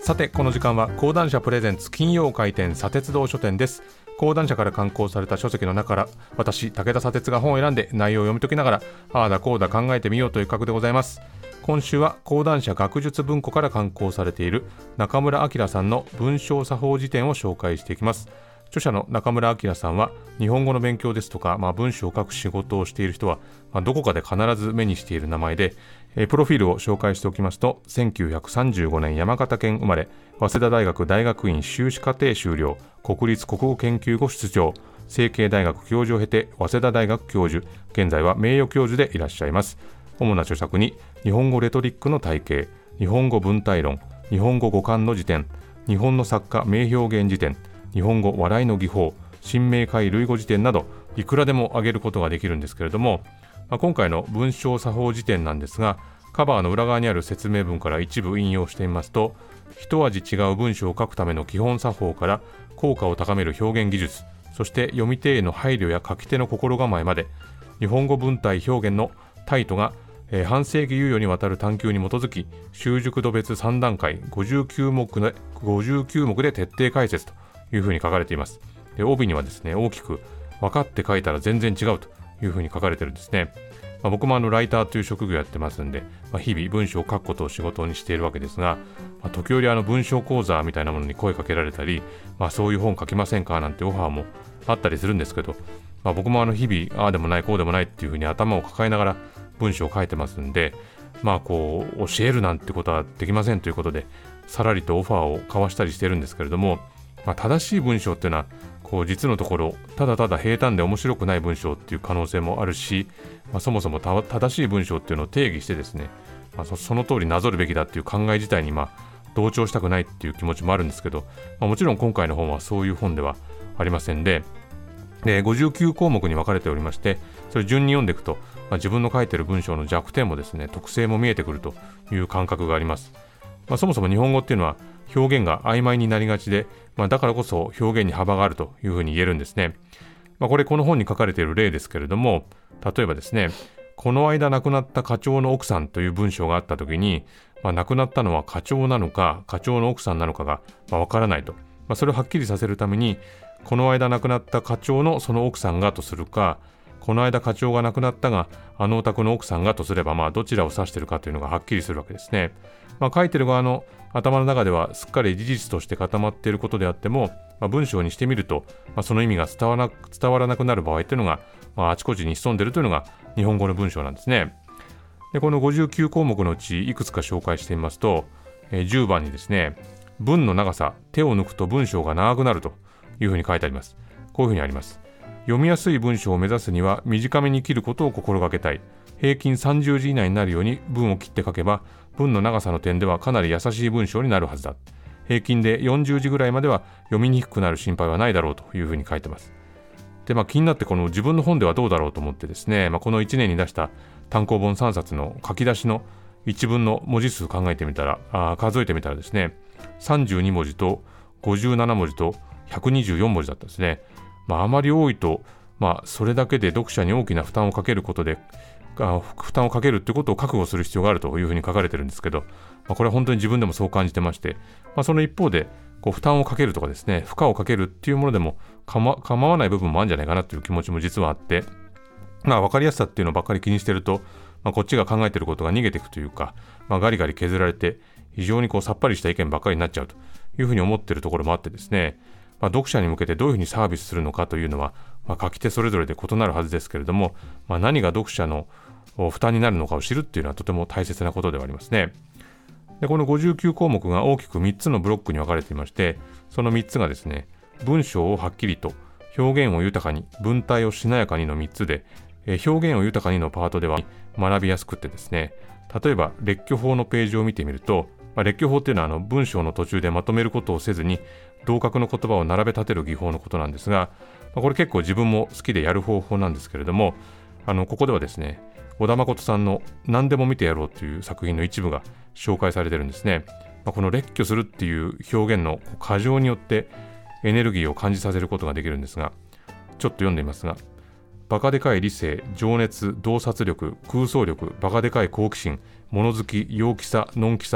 さてこの時間は講談社プレゼンツ金曜回転砂鉄道書店です。講談社から刊行された書籍の中から私武田砂鉄が本を選んで内容を読み解きながらああだこうだ考えてみようという企画でございます。今週は講談社学術文庫から刊行されている中村明さんの文章作法辞典を紹介していきます。著者の中村明さんは日本語の勉強ですとか、文章を書く仕事をしている人は、どこかで必ず目にしている名前で、プロフィールを紹介しておきますと、1935年山形県生まれ、早稲田大学大学院修士課程修了、国立国語研究後出場、成蹊大学教授を経て早稲田大学教授、現在は名誉教授でいらっしゃいます。主な著作に日本語レトリックの体系、日本語文体論、日本語語感の辞典、日本の作家名表現辞典、日本語笑いの技法、新明解類語辞典などいくらでも挙げることができるんですけれども、今回の文章作法辞典なんですが、カバーの裏側にある説明文から一部引用してみますと、一味違う文章を書くための基本作法から効果を高める表現技術、そして読み手への配慮や書き手の心構えまで、日本語文体表現のタイトが半世紀猶予にわたる探求に基づき、習熟度別3段階59目で徹底解説というふうに書かれています。で、帯にはですね、大きく分かって書いたら全然違うというふうに書かれてるんですね。僕もライターという職業やってますんで、日々文章を書くことを仕事にしているわけですが、時折文章講座みたいなものに声かけられたり、そういう本書きませんかなんてオファーもあったりするんですけど、僕も日々ああでもないこうでもないっていうふうに頭を抱えながら文章を書いてますんで、教えるなんてことはできませんということで、さらりとオファーを交わしたりしてるんですけれども、正しい文章っていうのは実のところただただ平坦で面白くない文章っていう可能性もあるし、そもそも正しい文章っていうのを定義してですね、その通りなぞるべきだっていう考え自体に同調したくないっていう気持ちもあるんですけど、もちろん今回の本はそういう本ではありませんで、59項目に分かれておりまして、それ順に読んでいくと、自分の書いている文章の弱点もですね、特性も見えてくるという感覚があります。そもそも日本語っていうのは表現が曖昧になりがちで、だからこそ表現に幅があるというふうに言えるんですね。この本に書かれている例ですけれども、例えばですね、この間亡くなった課長の奥さんという文章があったときに、亡くなったのは課長なのか課長の奥さんなのかがわからないと、それをはっきりさせるために、この間亡くなった課長のその奥さんがとするか、この間課長が亡くなったがあのお宅の奥さんがとすれば、どちらを指しているかというのがはっきりするわけですね。書いてる側の頭の中ではすっかり事実として固まっていることであっても、文章にしてみると、その意味が伝わらなくなる場合というのが、あちこちに潜んでいるというのが日本語の文章なんですね。で、この59項目のうちいくつか紹介してみますと、10番にですね、文の長さ、手を抜くと文章が長くなるというふうに書いてあります。こういうふうにあります。読みやすい文章を目指すには短めに切ることを心がけたい。平均30字以内になるように文を切って書けば、文の長さの点ではかなり優しい文章になるはずだ。平均で40字ぐらいまでは読みにくくなる心配はないだろうというふうに書いてます。で、気になってこの自分の本ではどうだろうと思ってですね、この1年に出した単行本3冊の書き出しの一文の文字数数えてみたらですね、32文字と57文字と124文字だったですね。あまり多いと、それだけで読者に大きな負担をかけることで、負担をかけるということを覚悟する必要があるというふうに書かれてるんですけど、これは本当に自分でもそう感じてまして、その一方で負担をかけるとかですね、負荷をかけるっていうものでも構わない部分もあるんじゃないかなという気持ちも実はあって、分かりやすさっていうのばっかり気にしてると、こっちが考えてることが逃げていくというか、ガリガリ削られて非常にさっぱりした意見ばっかりになっちゃうというふうに思っているところもあってですね、読者に向けてどういうふうにサービスするのかというのは、書き手それぞれで異なるはずですけれども、何が読者の負担になるのかを知るっていうのはとても大切なことではありますね。で、この59項目が大きく3つのブロックに分かれていまして、その3つがですね、文章をはっきりと、表現を豊かに、文体をしなやかにの3つで、表現を豊かにのパートでは学びやすくってですね、例えば列挙法のページを見てみると、列挙法っていうのは文章の途中でまとめることをせずに同格の言葉を並べ立てる技法のことなんですが、これ結構自分も好きでやる方法なんですけれども、ここではですね、小田誠さんの何でも見てやろうという作品の一部が紹介されてるんですね。この列挙するっていう表現の過剰によってエネルギーを感じさせることができるんですが、ちょっと読んでみますが、バカでかい理性、情熱、洞察力、空想力、バカでかい好奇心、物好き、陽気さ、のんきさ、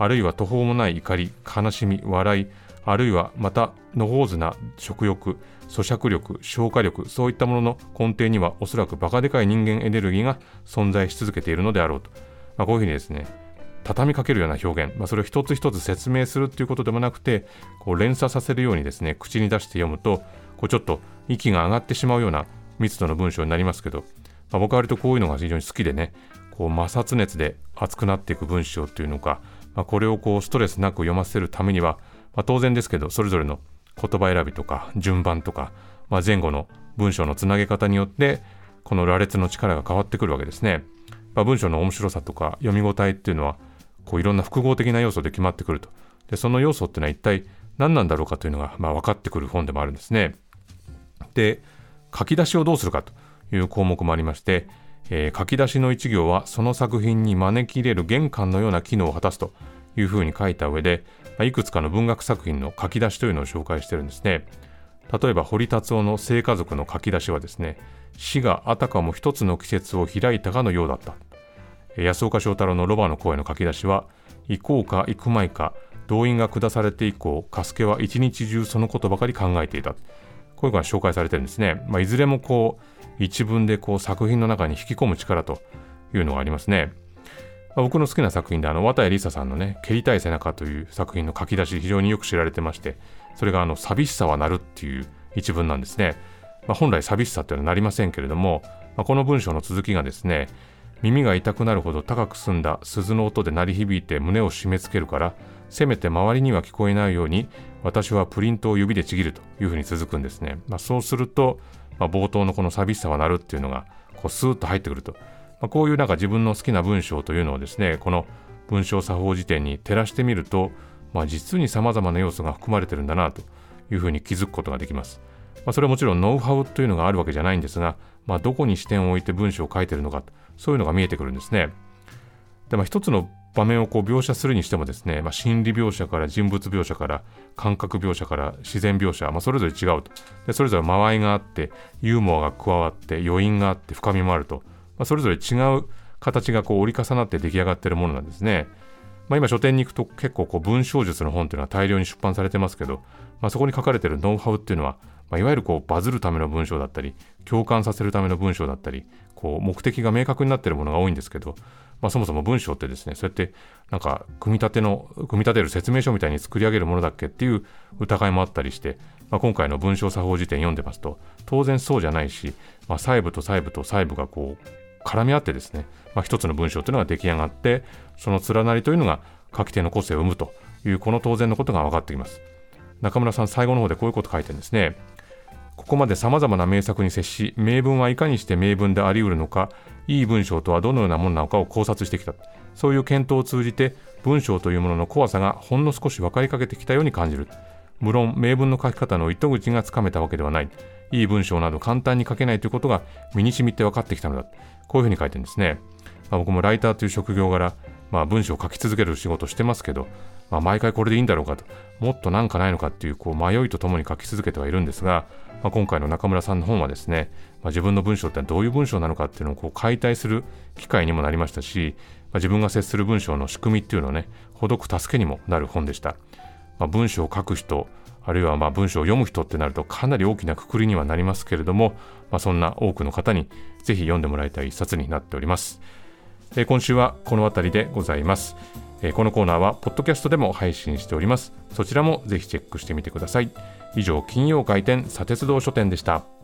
あるいは途方もない怒り、悲しみ、笑い、あるいはまた野放図な食欲、咀嚼力、消化力、そういったものの根底にはおそらくバカでかい人間エネルギーが存在し続けているのであろうと、こういうふうにですね、畳みかけるような表現、それを一つ一つ説明するということでもなくて、連鎖させるようにですね、口に出して読むとちょっと息が上がってしまうような密度の文章になりますけど、僕は割とこういうのが非常に好きでね、摩擦熱で熱くなっていく文章というのか、これをストレスなく読ませるためには、当然ですけどそれぞれの言葉選びとか順番とか、前後の文章のつなげ方によってこの羅列の力が変わってくるわけですね。文章の面白さとか読み応えっていうのはいろんな複合的な要素で決まってくると。でその要素っていうのは一体何なんだろうかというのが分かってくる本でもあるんですね。で、書き出しをどうするかという項目もありまして、書き出しの一行はその作品に招き入れる玄関のような機能を果たすというふうに書いた上で、いくつかの文学作品の書き出しというのを紹介しているんですね。例えば堀達夫の聖家族の書き出しはですね、死があたかも一つの季節を開いたかのようだった。安岡正太郎のロバの声の書き出しは、行こうか行くまいか、動員が下されて以降、加助は一日中そのことばかり考えていた。こういうのが紹介されてるんですね。いずれも一文で作品の中に引き込む力というのがありますね。僕の好きな作品で綿谷りささんのね、蹴りたい背中という作品の書き出し、非常によく知られてまして、それが寂しさはなるっていう一文なんですね。本来寂しさっていうのはなりませんけれども、この文章の続きがですね、耳が痛くなるほど高く澄んだ鈴の音で鳴り響いて胸を締め付けるから、せめて周りには聞こえないように私はプリントを指でちぎるというふうに続くんですね。そうすると、冒頭のこの寂しさはなるっていうのがスーッと入ってくると、こういう自分の好きな文章というのをですね、この文章作法辞典に照らしてみると、実に様々な要素が含まれてるんだなというふうに気づくことができます。それはもちろんノウハウというのがあるわけじゃないんですが、どこに視点を置いて文章を書いているのか、そういうのが見えてくるんですね。で、一つの場面を描写するにしてもですね、心理描写から人物描写から感覚描写から自然描写、それぞれ違うと。で、それぞれ間合いがあってユーモアが加わって余韻があって深みもあると、それぞれ違う形が折り重なって出来上がっているものなんですね。今書店に行くと結構文章術の本というのは大量に出版されてますけど、そこに書かれているノウハウっていうのは、いわゆるバズるための文章だったり共感させるための文章だったり、目的が明確になっているものが多いんですけど、そもそも文章ってですね、そうやって組み立てる説明書みたいに作り上げるものだっけっていう疑いもあったりして、今回の文章作法辞典読んでますと当然そうじゃないし、細部と細部と細部が絡み合ってですね、一つの文章というのが出来上がって、その連なりというのが書き手の個性を生むというこの当然のことが分かってきます。中村さん最後の方でこういうこと書いてるんですね。ここまで様々な名作に接し、名文はいかにして名文であり得るのか、いい文章とはどのようなものなのかを考察してきた。そういう検討を通じて文章というものの怖さがほんの少し分かりかけてきたように感じる。無論名文の書き方の糸口がつかめたわけではない。いい文章など簡単に書けないということが身に染みて分かってきたのだ。こういうふうに書いてるんですね。僕もライターという職業柄、文章を書き続ける仕事をしてますけど、毎回これでいいんだろうかと、もっとなんかないのかっていう迷いとともに書き続けてはいるんですが、今回の中村さんの本はですね、自分の文章ってどういう文章なのかっていうのを解体する機会にもなりましたし、自分が接する文章の仕組みっていうのをね、ほどく助けにもなる本でした。文章を書く人、あるいは文章を読む人ってなるとかなり大きな括りにはなりますけれども、そんな多くの方にぜひ読んでもらいたい一冊になっております。今週はこのあたりでございます。このコーナーはポッドキャストでも配信しております。そちらもぜひチェックしてみてください。以上、金曜回転砂鉄道書店でした。